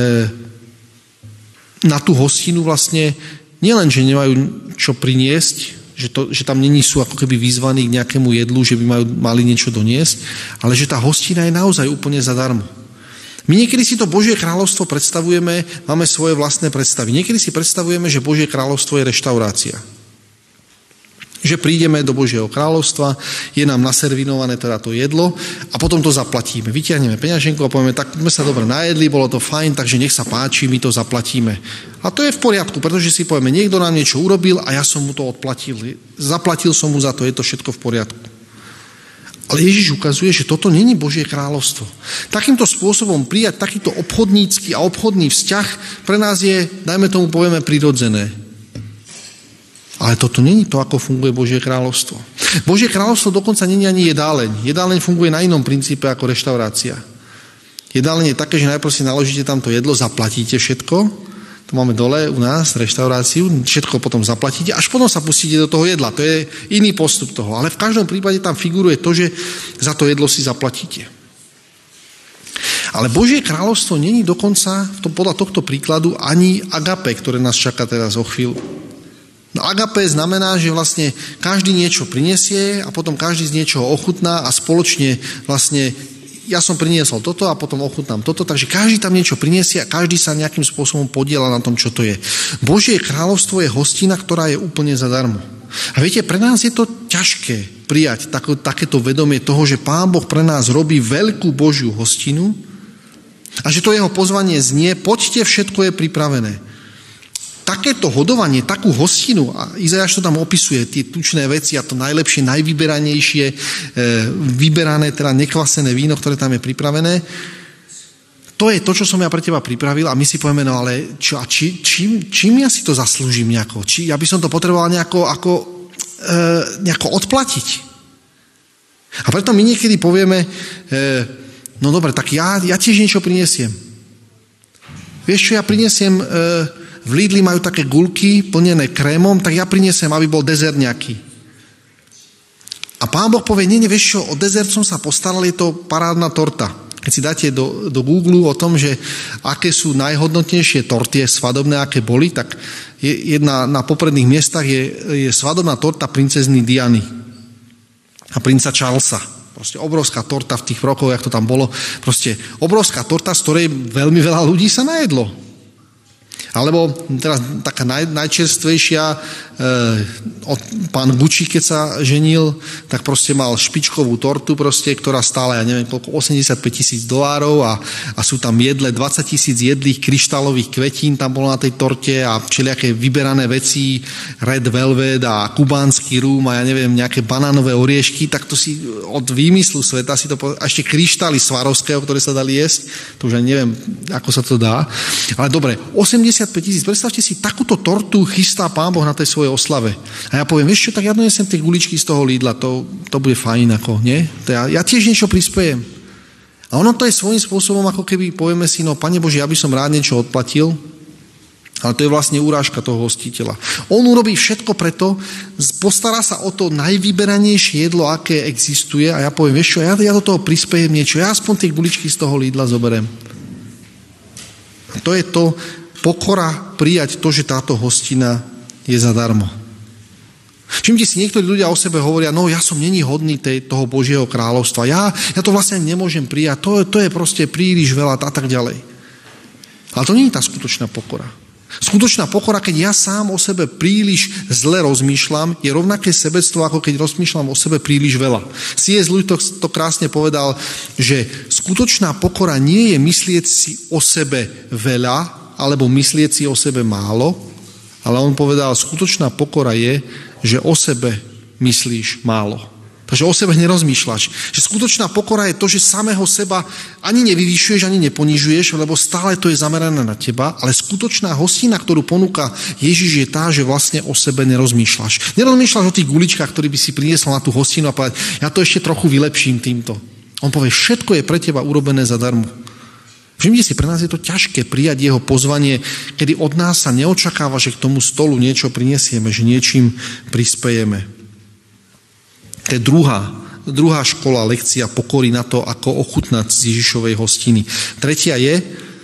na tú hostinu vlastne nielen, že nemajú čo priniesť, Že, to, že tam není sú ako keby vyzvaní k nejakému jedlu, že by majú, mali niečo doniesť, ale že tá hostina je naozaj úplne zadarmo. My niekedy si to Božie kráľovstvo predstavujeme, máme svoje vlastné predstavy. Niekedy si predstavujeme, že Božie kráľovstvo je reštaurácia. Že prídeme do Božieho kráľovstva, je nám naservinované teda to jedlo a potom to zaplatíme. Vytiahneme peňaženku a povieme: tak sme sa dobre najedli, bolo to fajn, takže nech sa páči, my to zaplatíme. A to je v poriadku, pretože si povieme: niekto nám niečo urobil a ja som mu to odplatil. Zaplatil som mu za to, je to všetko v poriadku. Ale Ježiš ukazuje, že toto není Božie kráľovstvo. Takýmto spôsobom prijať takýto obchodnícky a obchodný vzťah pre nás je, dajme tomu povieme, prirodzené. Ale toto není to, ako funguje Božie kráľovstvo. Božie kráľovstvo dokonca není ani jedáleň. Jedáleň funguje na inom princípe ako reštaurácia. Jedáleň je také, že najprv si naložíte tam to jedlo, zaplatíte všetko. To máme dole u nás, reštauráciu, všetko potom zaplatíte, až potom sa pustíte do toho jedla. To je iný postup toho. Ale v každom prípade tam figuruje to, že za to jedlo si zaplatíte. Ale Božie kráľovstvo není dokonca podľa tohto príkladu ani agape, ktoré nás čaká teraz o chvíľu. No agape znamená, že vlastne každý niečo prinesie a potom každý z niečoho ochutná a spoločne vlastne ja som priniesol toto a potom ochutnám toto, takže každý tam niečo prinesie a každý sa nejakým spôsobom podieľa na tom, čo to je. Božie kráľovstvo je hostina, ktorá je úplne zadarmo. A viete, pre nás je to ťažké prijať tak, takéto vedomie toho, že Pán Boh pre nás robí veľkú Božiu hostinu a že to jeho pozvanie znie: poďte, všetko je pripravené. Takéto hodovanie, takú hostinu, a Izaiáš to tam opisuje, tie tučné veci a to najlepšie, najvyberanejšie, e, vyberané, teda nekvasené víno, ktoré tam je pripravené, to je to, čo som ja pre teba pripravil a my si povieme: no ale čo, a či, čím, čím ja si to zaslúžim nejako? Či ja by som to potreboval nejako, ako, e, nejako odplatiť? A preto my niekedy povieme: e, no dobre, tak ja, ja tiež niečo priniesiem. vieš čo, ja prinesiem, e, v Lidli majú také guľky plnené krémom, tak ja prinesiem, aby bol dezert nejaký. A Pán Boh povie, nie, nie, vieš čo, o dezert som sa postaral, je to parádna torta. Keď si dáte do, do Google o tom, že aké sú najhodnotnejšie torty svadobné, aké boli, tak je, jedna na popredných miestach je, je svadobná torta princezny Diany a princa Charlesa. Proste obrovská torta v tých rokoch, jak to tam bolo. Proste obrovská torta, z ktorej veľmi veľa ľudí sa najedlo. Alebo teraz taká naj, najčerstvejšia, e, od, pán Gucci, keď sa ženil, tak proste mal špičkovú tortu, proste, ktorá stála, ja neviem, koľko, osemdesiatpäť tisíc dolárov a, a sú tam jedle, dvadsať tisíc jedlých kryštálových kvetín tam bolo na tej torte a všelijaké vyberané veci, red velvet a kubánsky rum a ja neviem, nejaké banánové oriešky, tak to si od výmyslu sveta si to, a ešte kryštály Swarovského, ktoré sa dali jesť, to už aj neviem, ako sa to dá. Ale dobre, osemdesiatpäť tisíc, predstavte si, takúto tortu chystá Pán Boh na tej svojej oslave. A ja poviem, vieš čo, tak ja donesem tie guličky z toho Lidla, to, to bude fajn, ako, nie? To ja, ja tiež niečo prispejem. A ono to je svojím spôsobom, ako keby povieme si, no, Pane Bože, ja by som rád niečo odplatil, ale to je vlastne urážka toho hostiteľa. On urobí všetko preto, postará sa o to najvyberanejšie jedlo, aké existuje a ja poviem, vieš čo, ja, ja do toho prispejem niečo, ja aspoň tie guličky z toho Lidla zoberiem. A to je to, pokora prijať to, že táto hostina je zadarmo. Všimte si, niektorí ľudia o sebe hovoria, no ja som není hodný tej, toho Božieho kráľovstva, ja, ja to vlastne nemôžem prijať, to, to je proste príliš veľa a tak ďalej. Ale to nie je tá skutočná pokora. Skutočná pokora, keď ja sám o sebe príliš zle rozmýšľam, je rovnaké sebectvo, ako keď rozmýšľam o sebe príliš veľa. C S. Lewis to, to krásne povedal, že skutočná pokora nie je myslieť si o sebe veľa, alebo myslieť si o sebe málo, ale on povedal, skutočná pokora je, že o sebe myslíš málo. Takže o sebe nerozmýšľaš. Že skutočná pokora je to, že samého seba ani nevyvyšuješ, ani neponižuješ, lebo stále to je zamerané na teba, ale skutočná hostina, ktorú ponúka Ježiš, je tá, že vlastne o sebe nerozmýšľaš. Nerozmýšľaš o tých guličkách, ktorý by si priniesol na tú hostinu a povedať, ja to ešte trochu vylepším týmto. On povie, všetko je pre teba urobené zadarmo. Všimnite si, pre nás je to ťažké prijať jeho pozvanie, kedy od nás sa neočakáva, že k tomu stolu niečo prinesieme, že niečím prispejeme. To je druhá, druhá škola, lekcia pokory na to, ako ochutnať z Ježišovej hostiny. Tretia je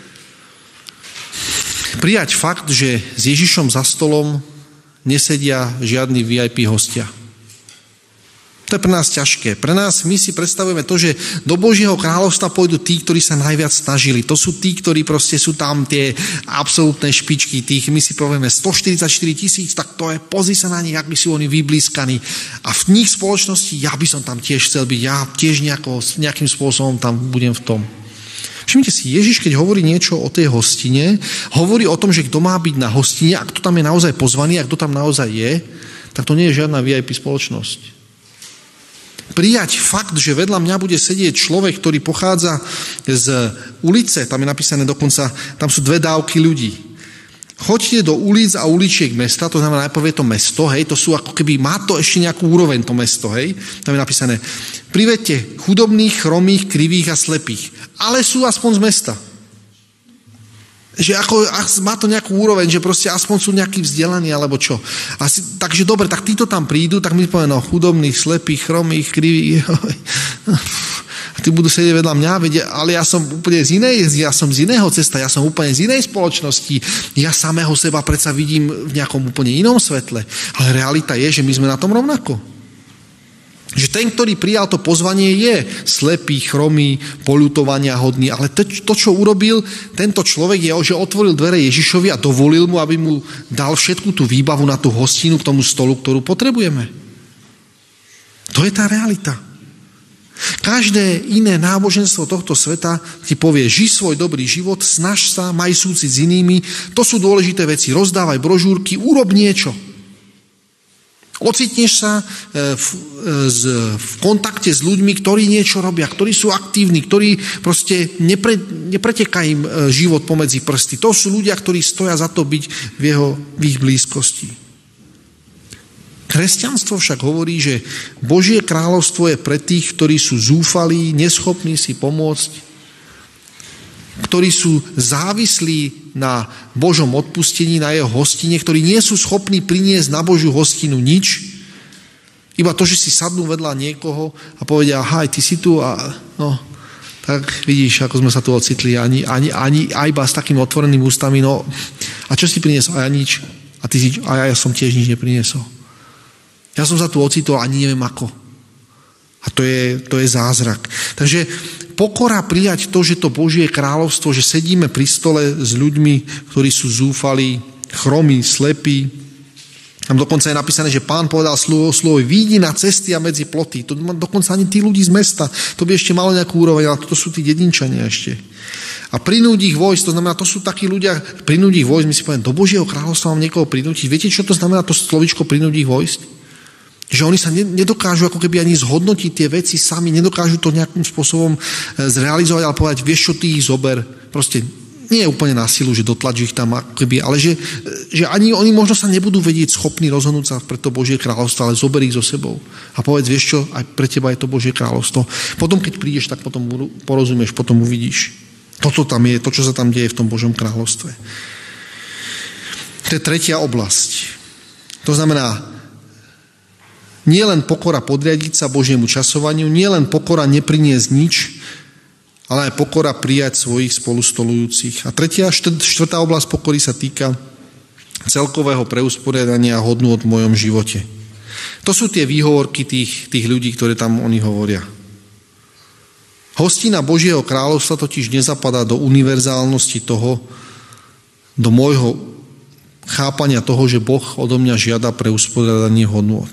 prijať fakt, že s Ježišom za stolom nesedia žiadni vé í pé hostia. To je pre nás ťažké. Pre nás my si predstavujeme to, že do Božieho kráľovstva pôjdu tí, ktorí sa najviac snažili. To sú tí, ktorí proste sú tam tie absolútne špičky tých. My si povieme stoštyridsaťštyri tisíc, tak to je, pozri sa na nich, ak by sú oni vyblískaní. A v nich spoločnosti ja by som tam tiež chcel byť. Ja tiež nejako, nejakým spôsobom tam budem v tom. Všimnite si, Ježiš, keď hovorí niečo o tej hostine, hovorí o tom, že kto má byť na hostine a kto tam je naozaj pozvaný a kto tam naozaj je, tak to nie je žiadna vé í pé spoločnosť. Prijať fakt, že vedľa mňa bude sedieť človek, ktorý pochádza z ulice, tam je napísané dokonca, tam sú dve dávky ľudí. Choďte do ulic a uličiek mesta, to znamená najprv je to mesto, hej, to sú ako keby, má to ešte nejakú úroveň to mesto, hej, tam je napísané, privedte chudobných, chromých, krivých a slepých, ale sú aspoň z mesta. Že ako, má to nejakú úroveň, že proste aspoň sú nejakí vzdelaní, alebo čo. Asi, takže dobre, tak títo tam prídu, tak my povieme, no, chudobných, slepých, chromých, krivých. A tí budú sedieť vedľa mňa, ale ja som úplne z inej, ja som z iného cesta, ja som úplne z inej spoločnosti. Ja samého seba predsa vidím v nejakom úplne inom svetle. Ale realita je, že my sme na tom rovnako. Že ten, ktorý prijal to pozvanie, je slepý, chromý, poľutovania hodný, ale to, to, čo urobil tento človek, je, že otvoril dvere Ježišovi a dovolil mu, aby mu dal všetku tú výbavu na tú hostinu k tomu stolu, ktorú potrebujeme. To je tá realita. Každé iné náboženstvo tohto sveta ti povie, ži svoj dobrý život, snaž sa, maj súcit s inými, to sú dôležité veci, rozdávaj brožúrky, urob niečo. Ocitneš sa v, v kontakte s ľuďmi, ktorí niečo robia, ktorí sú aktívni, ktorí proste nepre, nepreteká im život pomedzi prsty. To sú ľudia, ktorí stoja za to byť v, jeho, v ich blízkosti. Kresťanstvo však hovorí, že Božie kráľovstvo je pre tých, ktorí sú zúfalí, neschopní si pomôcť. ktorí sú závislí na Božom odpustení, na jeho hostine, ktorí nie sú schopní priniesť na Božiu hostinu nič, iba to, že si sadnú vedľa niekoho a povedia, aha, ty si tu a no, tak vidíš, ako sme sa tu ocitli, ani, ani, ani aj iba s takými otvorenými ústami, no a čo si priniesol? A ja nič. A ty si, a ja som tiež nič nepriniesol. Ja som sa tu ocitol, ani neviem ako. A to je, to je zázrak. Takže pokora prijať to, že to Božie kráľovstvo, že sedíme pri stole s ľuďmi, ktorí sú zúfalí, chromí, slepí. Tam dokonca je napísané, že Pán povedal slovo, slovo výjdi na cesty a medzi ploty. To dokonca ani tí ľudí z mesta. To by ešte malo nejakú úroveň, ale toto sú tí dedinčania ešte. A prinúdi ich vojsť, to znamená, to sú takí ľudia, prinúdi ich vojsť, my si poviem, do Božieho kráľovstva mám niekoho prinútiť. Viete, čo to znamená to slovíčko prinúdi ich vojsť? Že oni sa nedokážu ako keby ani zhodnotiť tie veci sami, nedokážu to nejakým spôsobom zrealizovať, ale povedať, vieš čo, ty ich zober. Proste nie je úplne na silu, že dotlačí ich tam ako keby, ale že, že ani oni možno sa nebudú vedieť schopní rozhodnúť sa pre to Božie kráľovstvo, ale zober ich so sebou. A povedz, vieš čo, aj pre teba je to Božie kráľovstvo. Potom, keď prídeš, tak potom porozumieš, potom uvidíš. Toto tam je, to, čo sa tam deje v tom Božom kráľovstve. To je tretia oblasť. To znamená, nie len pokora podriadiť sa Božiemu časovaniu, nie len pokora nepriniesť nič, ale aj pokora prijať svojich spolustolujúcich. A tretia, štvrtá oblasť pokory sa týka celkového preusporiadania hodnôt v mojom živote. To sú tie výhovorky tých, tých ľudí, ktoré tam oni hovoria. Hostina Božieho kráľovstva totiž nezapadá do univerzálnosti toho, do môjho chápania toho, že Boh odo mňa žiada preusporiadanie hodnôt.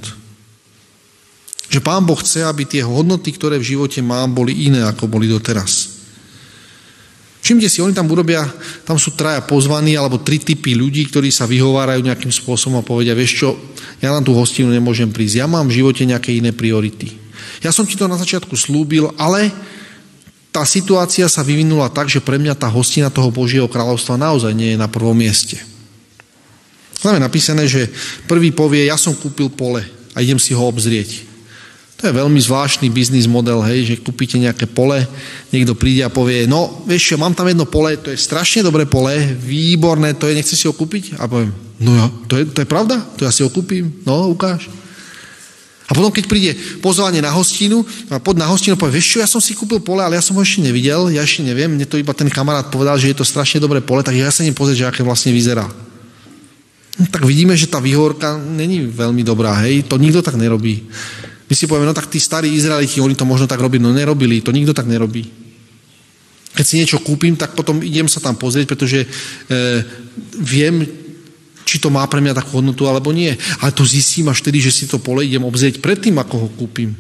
Že Pán Boh chce, aby tie hodnoty, ktoré v živote mám, boli iné, ako boli doteraz. Všimte si, oni tam urobia, tam sú traja pozvaní, alebo tri typy ľudí, ktorí sa vyhovárajú nejakým spôsobom a povedia, vieš čo, ja na tú hostinu nemôžem prísť, ja mám v živote nejaké iné priority. Ja som ti to na začiatku slúbil, ale tá situácia sa vyvinula tak, že pre mňa tá hostina toho Božieho kráľovstva naozaj nie je na prvom mieste. Tam je napísané, že prvý povie, ja som kúpil pole a idem si ho obzrieť. To je veľmi zvláštny biznis model, hej, že kúpite nejaké pole, niekto príde a povie, no vieš čo, mám tam jedno pole, to je strašne dobré pole, výborné, to je, nechceš si ho kúpiť? A poviem, no ja, to je, to je pravda, to ja si ho kúpim, no ukáž. A potom, keď príde pozvanie na hostinu, a pod na hostinu povie, vieš čo, ja som si kúpil pole, ale ja som ho ešte nevidel, ja ešte neviem, mne to iba ten kamarát povedal, že je to strašne dobré pole, tak ja sa idem pozrieť, že aké vlastne vyzerá. No, tak vidíme, že tá výhovorka není veľmi dobrá, hej, to nikto tak nerobí. My si povieme, no tak tí starí Izraeliti, oni to možno tak robili, no nerobili, to nikto tak nerobí. Keď si niečo kúpim, tak potom idem sa tam pozrieť, pretože e, viem, či to má pre mňa takú hodnotu, alebo nie. Ale to zistím až vtedy, že si to pole idem obzrieť predtým, ako ho kúpim.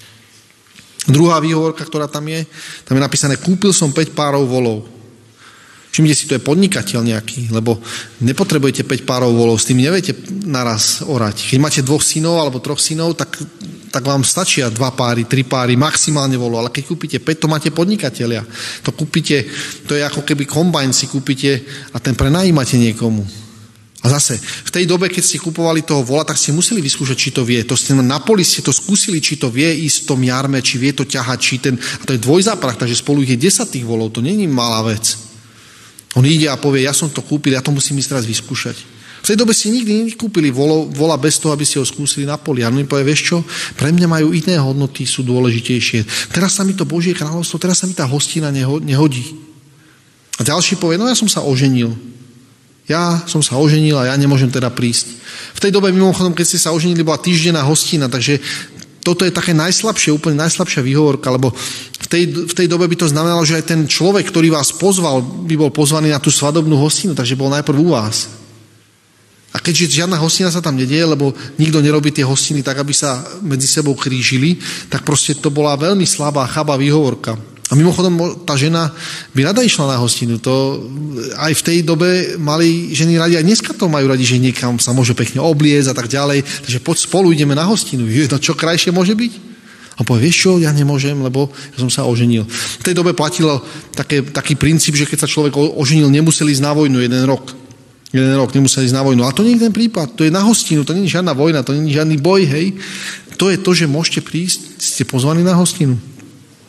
Druhá výhovorka, ktorá tam je, tam je napísané, kúpil som päť párov volov. Všimnite si, to je podnikateľ nejaký, lebo nepotrebujete päť párov volov, s tým neviete naraz orať. Keď máte dvoch synov alebo troch synov, tak, tak vám stačia dva páry, tri páry, maximálne volov, ale keď kúpite päť, to máte podnikatelia. To kúpite, to je ako keby kombajn si kúpite a ten prenajímate niekomu. A zase, v tej dobe, keď ste kupovali toho vola, tak ste museli vyskúšať, či to vie. To ste na poli ste to skúsili, či to vie ísť v tom jarme, či vie to ťahať, či ten, a to je dvojzáprach, takže spolu ich je desať tých volov, to nie je malá vec. On ide a povie, ja som to kúpil, ja to musím ísť teraz vyskúšať. V tej dobe ste nikdy nekúpili volo, vola bez toho, aby ste ho skúsili na poli. A on mi povie, vieš čo, pre mňa majú iné hodnoty, sú dôležitejšie. Teraz sa mi to Božie kráľovstvo, teraz sa mi tá hostina nehodí. A ďalší povie, no ja som sa oženil. Ja som sa oženil a ja nemôžem teda prísť. V tej dobe, mimochodom, keď ste sa oženili, bola týždenná hostina, takže toto je také najslabšie, úplne najslabšia výhovorka, lebo v tej, v tej dobe by to znamenalo, že aj ten človek, ktorý vás pozval, by bol pozvaný na tú svadobnú hostinu, takže bol najprv u vás. A keďže žiadna hostina sa tam nedieje, lebo nikto nerobí tie hostiny tak, aby sa medzi sebou krížili, tak proste to bola veľmi slabá, chabá výhovorka. A mimochodom, tá žena by rada išla na hostinu. To aj v tej dobe mali ženy radi, aj dneska to majú radi, že niekam sa môže pekne obliecť a tak ďalej. Takže poď spolu ideme na hostinu. Je, no čo krajšie môže byť? A povie, vieš čo, ja nemôžem, lebo ja som sa oženil. V tej dobe platilo také, taký princíp, že keď sa človek oženil, nemuseli ísť na vojnu jeden rok. Jeden rok nemuseli ísť na vojnu. A to nie je ten prípad. To je na hostinu, to nie je žiadna vojna, to nie je žiadny boj, hej. To je to, že môžete prísť, ste pozvaní na hostinu. A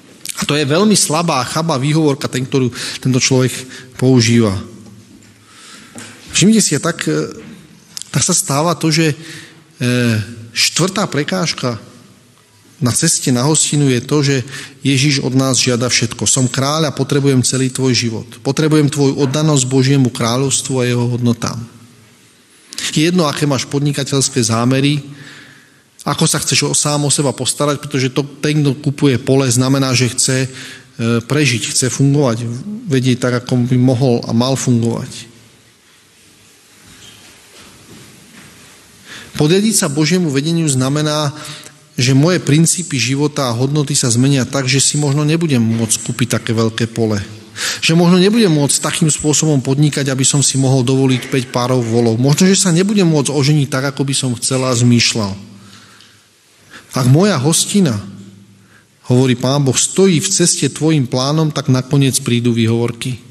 To je veľmi slabá a chabá výhovorka, ten, ktorú tento človek používa. Všimnite si, tak, tak sa stáva to, že štvrtá prekážka na ceste na hostinu je to, že Ježiš od nás žiada všetko. Som kráľ a potrebujem celý tvoj život. Potrebujem tvoju oddanosť Božiemu kráľovstvu a jeho hodnotám. Je jedno, aké máš podnikateľské zámery, ako sa chceš sám o seba postarať, pretože to, ten, kto kupuje pole, znamená, že chce prežiť, chce fungovať, vedieť tak, ako by mohol a mal fungovať. Podriadiť sa Božiemu vedeniu znamená, že moje princípy života a hodnoty sa zmenia tak, že si možno nebudem môcť kúpiť také veľké pole. Že možno nebudem môcť takým spôsobom podnikať, aby som si mohol dovoliť päť párov volov. Možno, že sa nebudem môcť oženiť tak, ako by som chcel a zmýšľal. Ak moja hostina, hovorí Pán Boh, stojí v ceste tvojim plánom, tak nakoniec prídu výhovorky.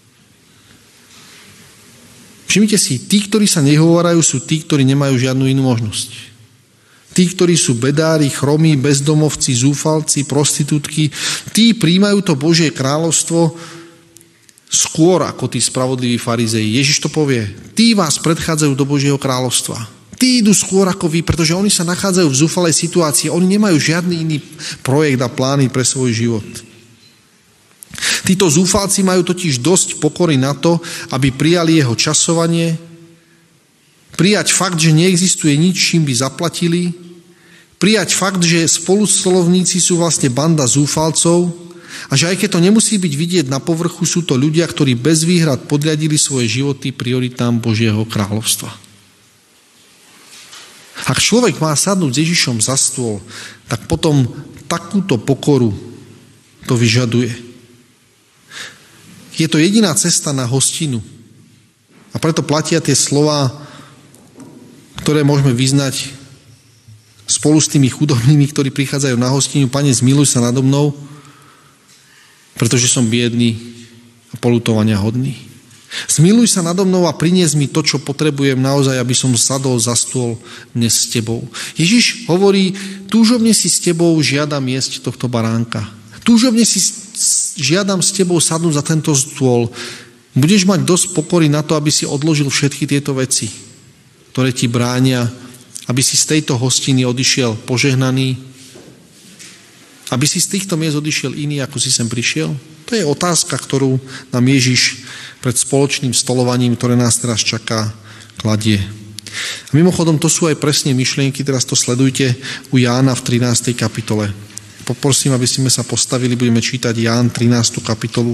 Všimnite si, tí, ktorí sa nehovorajú, sú tí, ktorí nemajú žiadnu inú možnosť. Tí, ktorí sú bedári, chromí, bezdomovci, zúfalci, prostitútky, tí príjmajú to Božie kráľovstvo skôr ako tí spravodliví farizei. Ježiš to povie, tí vás predchádzajú do Božieho kráľovstva. Tí idú skôr ako vy, pretože oni sa nachádzajú v zúfalej situácii. Oni nemajú žiadny iný projekt a plány pre svoj život. Títo zúfalci majú totiž dosť pokory na to, aby prijali jeho časovanie, prijať fakt, že neexistuje nič, čím by zaplatili, prijať fakt, že spoluslovníci sú vlastne banda zúfalcov a že aj keď to nemusí byť vidieť na povrchu, sú to ľudia, ktorí bez výhrad podriadili svoje životy prioritám Božieho kráľovstva. Ak človek má sadnúť s Ježišom za stôl, tak potom takúto pokoru to vyžaduje. Je to jediná cesta na hostinu. A preto platia tie slová, ktoré môžeme vyznať spolu s tými chudobnými, ktorí prichádzajú na hostinu. Pane, zmiluj sa nado mnou, pretože som biedný a poľutovania hodný. Zmiluj sa nado mnou a prinies mi to, čo potrebujem naozaj, aby som sadol za stôl dnes s tebou. Ježiš hovorí, túžobne si s tebou žiadam jesť tohto baránka. Túžobne si žiadam s tebou sadnúť za tento stôl. Budeš mať dosť pokory na to, aby si odložil všetky tieto veci, ktoré ti bránia, aby si z tejto hostiny odišiel požehnaný, aby si z týchto miest odišiel iný, ako si sem prišiel? To je otázka, ktorú nám Ježiš pred spoločným stolovaním, ktoré nás teraz čaká, kladie. A mimochodom, to sú aj presne myšlienky, teraz to sledujte u Jána v trinástej kapitole. Poprosím, aby sme sa postavili, budeme čítať Ján trinástu kapitolu.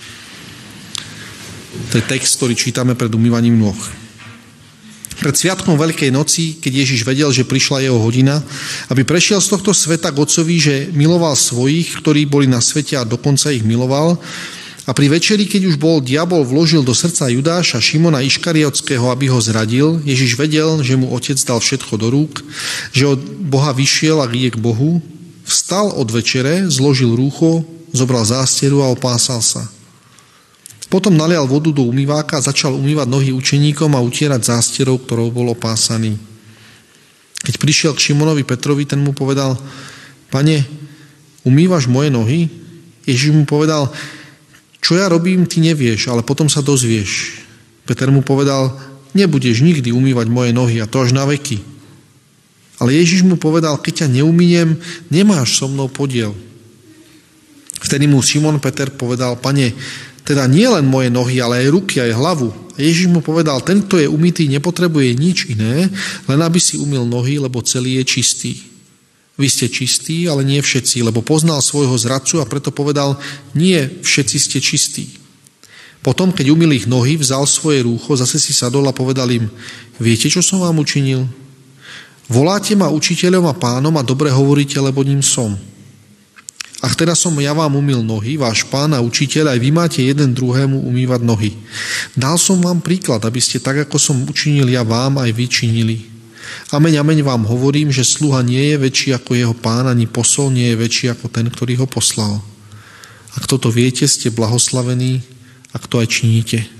To je text, ktorý čítame pred umývaním nôh. Pred sviatkom Veľkej noci, keď Ježiš vedel, že prišla jeho hodina, aby prešiel z tohto sveta k Otcovi, že miloval svojich, ktorí boli na svete a dokonca ich miloval, a pri večeri, keď už bol diabol vložil do srdca Judáša Šimona Iškariotského, aby ho zradil, Ježiš vedel, že mu Otec dal všetko do rúk, že od Boha vyšiel a ide k Bohu, vstal od večere, zložil rúcho, zobral zásteru a opásal sa. Potom nalial vodu do umýváka a začal umývať nohy učeníkom a utierať zásterou, ktorou bol opásaný. Keď prišiel k Šimonovi Petrovi, ten mu povedal, Pane, umývaš moje nohy? Ježiš mu povedal, čo ja robím, ty nevieš, ale potom sa dozvieš. Peter mu povedal, nebudeš nikdy umývať moje nohy a to až na veky. Ale Ježiš mu povedal, keď ťa neumýjem, nemáš so mnou podiel. Vtedy mu Šimon Peter povedal, Pane, teda nie len moje nohy, ale aj ruky, aj hlavu. A Ježiš mu povedal, ten, kto je umytý, nepotrebuje nič iné, len aby si umyl nohy, lebo celý je čistý. Vy ste čistí, ale nie všetci, lebo poznal svojho zradcu a preto povedal, nie všetci ste čistí. Potom, keď umyl ich nohy, vzal svoje rúcho, zase si sadol a povedal im, viete, čo som vám učinil? Voláte ma učiteľom a pánom a dobre hovoríte, lebo ním som. Ach, teda som ja vám umyl nohy, váš pán a učiteľ, aj vy máte jeden druhému umývať nohy. Dal som vám príklad, aby ste tak, ako som učinil ja vám, aj vy činili. Ameň, ameň vám hovorím, že sluha nie je väčší ako jeho pán, ani posol nie je väčší ako ten, ktorý ho poslal. Ak toto viete, ste blahoslavení, ak to aj činíte.